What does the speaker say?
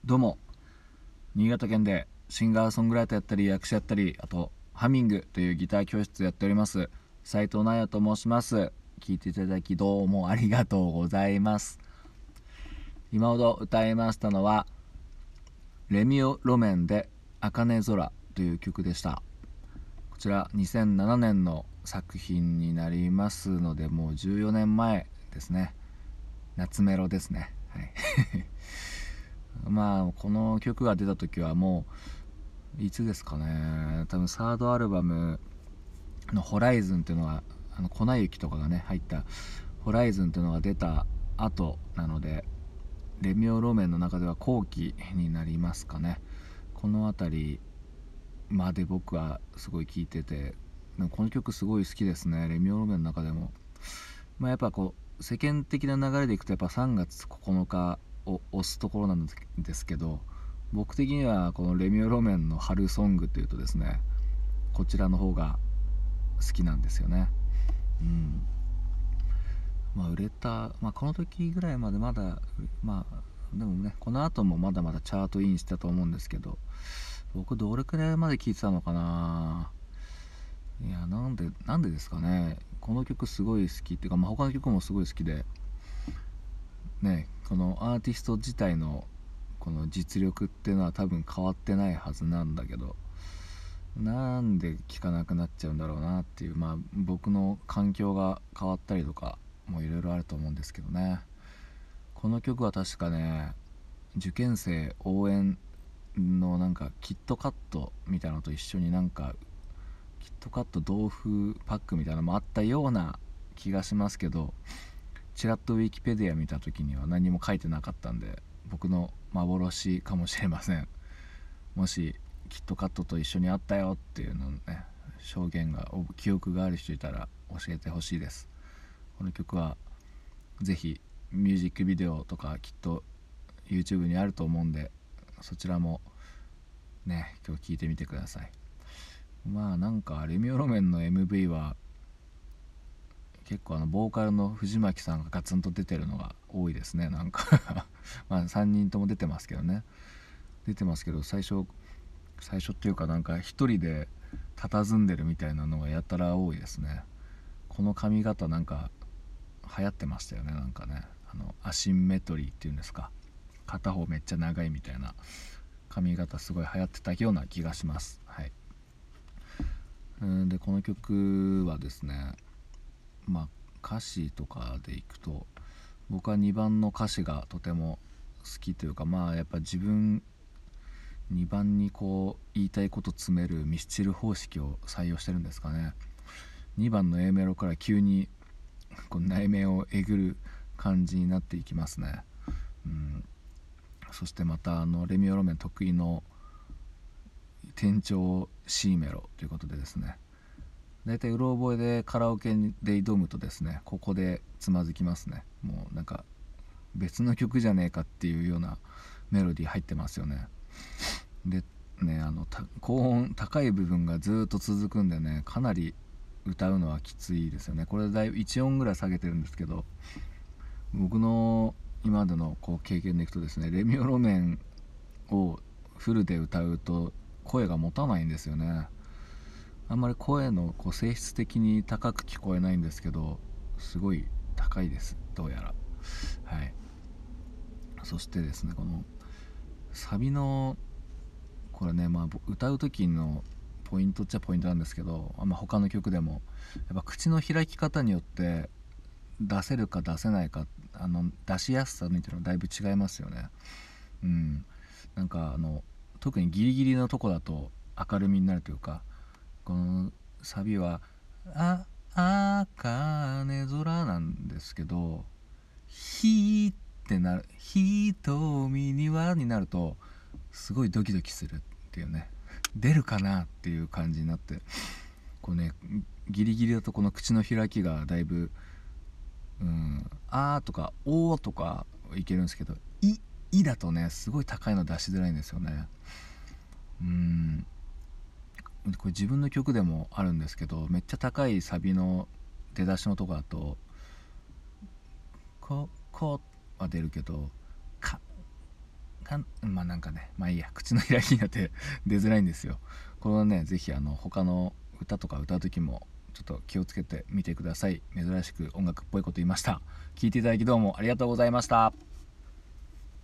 どうも、新潟県でシンガーソングライターやったり役者やったり、あとハミングというギター教室やっております斉藤直也と申します。聞いていただきどうもありがとうございます。今ほど歌いましたのはレミオロメンで茜空という曲でした。こちら2007年の作品になりますので、もう14年前ですね。夏メロですね。はいまあこの曲が出た時はもういつですかね、多分サードアルバムのホライズンっていうのが、粉雪とかがね入ったホライズンっていうのが出た後なので、レミオロメンの中では後期になりますかね。この辺りまで僕はすごい聴いてて、でもこの曲すごい好きですね。レミオロメンの中でも、やっぱこう世間的な流れでいくとやっぱ3月9日を推すところなんですけど、僕的にはこのレミオロメンの春ソングというとですね、こちらの方が好きなんですよね。売れた、この時ぐらいまでまだ、でもね、この後もまだまだチャートインしてたと思うんですけど、僕どれくらいまで聴いてたのかな。いや、なんでですかね。この曲すごい好きっていうか、他の曲もすごい好きでね、このアーティスト自体のこの実力っていうのは多分変わってないはずなんだけど、なんで聴かなくなっちゃうんだろうなっていう、僕の環境が変わったりとかもいろいろあると思うんですけどね。この曲は確かね、受験生応援のなんかキットカットみたいなのと一緒になんかキットカット豆腐パックみたいなのもあったような気がしますけど、ちらっとウィキペディア見た時には何も書いてなかったんで、僕の幻かもしれません。もしキットカットと一緒にあったよっていうのね、証言が記憶がある人いたら教えてほしいです。この曲はぜひミュージックビデオとかきっと YouTube にあると思うんで、そちらもね今日聞いてみてください。なんかレミオロメンの MV は結構ボーカルの藤巻さんがガツンと出てるのが多いですね。なんか3人とも出てますけどね、最初っていうか、なんか一人で佇んでるみたいなのがやたら多いですね。この髪型なんか流行ってましたよね。なんかね、アシンメトリーっていうんですか、片方めっちゃ長いみたいな髪型すごい流行ってたような気がします。はい。でこの曲はですね、歌詞とかでいくと、僕は2番の歌詞がとても好きというか、やっぱ自分2番にこう言いたいこと詰めるミスチル方式を採用してるんですかね。2番の A メロから急にこう内面をえぐる感じになっていきますね。そしてまたレミオロメン得意の転調 C メロということでですね、だいたいうろ覚えでカラオケで挑むとですね、ここでつまずきますね。もうなんか別の曲じゃねえかっていうようなメロディー入ってますよね。でね、高音高い部分がずっと続くんでね、かなり歌うのはきついですよね。これだいぶ1音ぐらい下げてるんですけど、僕の今までのこう経験でいくとですね、レミオロメンをフルで歌うと声が持たないんですよね。あんまり声のこう性質的に高く聞こえないんですけど、すごい高いです、どうやら。はい。そしてですね、このサビのこれね、歌う時のポイントっちゃポイントなんですけど、他の曲でもやっぱ口の開き方によって出せるか出せないか、出しやすさみたいなのだいぶ違いますよね。なんか特にギリギリのとこだと明るみになるというか、このサビはあかね空なんですけど、ひってなる、瞳にはになるとすごいドキドキするっていうね、出るかなっていう感じになって、こうね、ギリギリだとこの口の開きがだいぶあーとかおーとかいけるんですけど、いだとねすごい高いの出しづらいんですよね。これ自分の曲でもあるんですけど、めっちゃ高いサビの出だしのとこだとこは出るけど、かまあなんかね、まあいいや、口の開きになって出づらいんですよ。このね、ぜひ他の歌とか歌う時もちょっと気をつけてみてください。珍しく音楽っぽいこと言いました。聞いていただきどうもありがとうございました。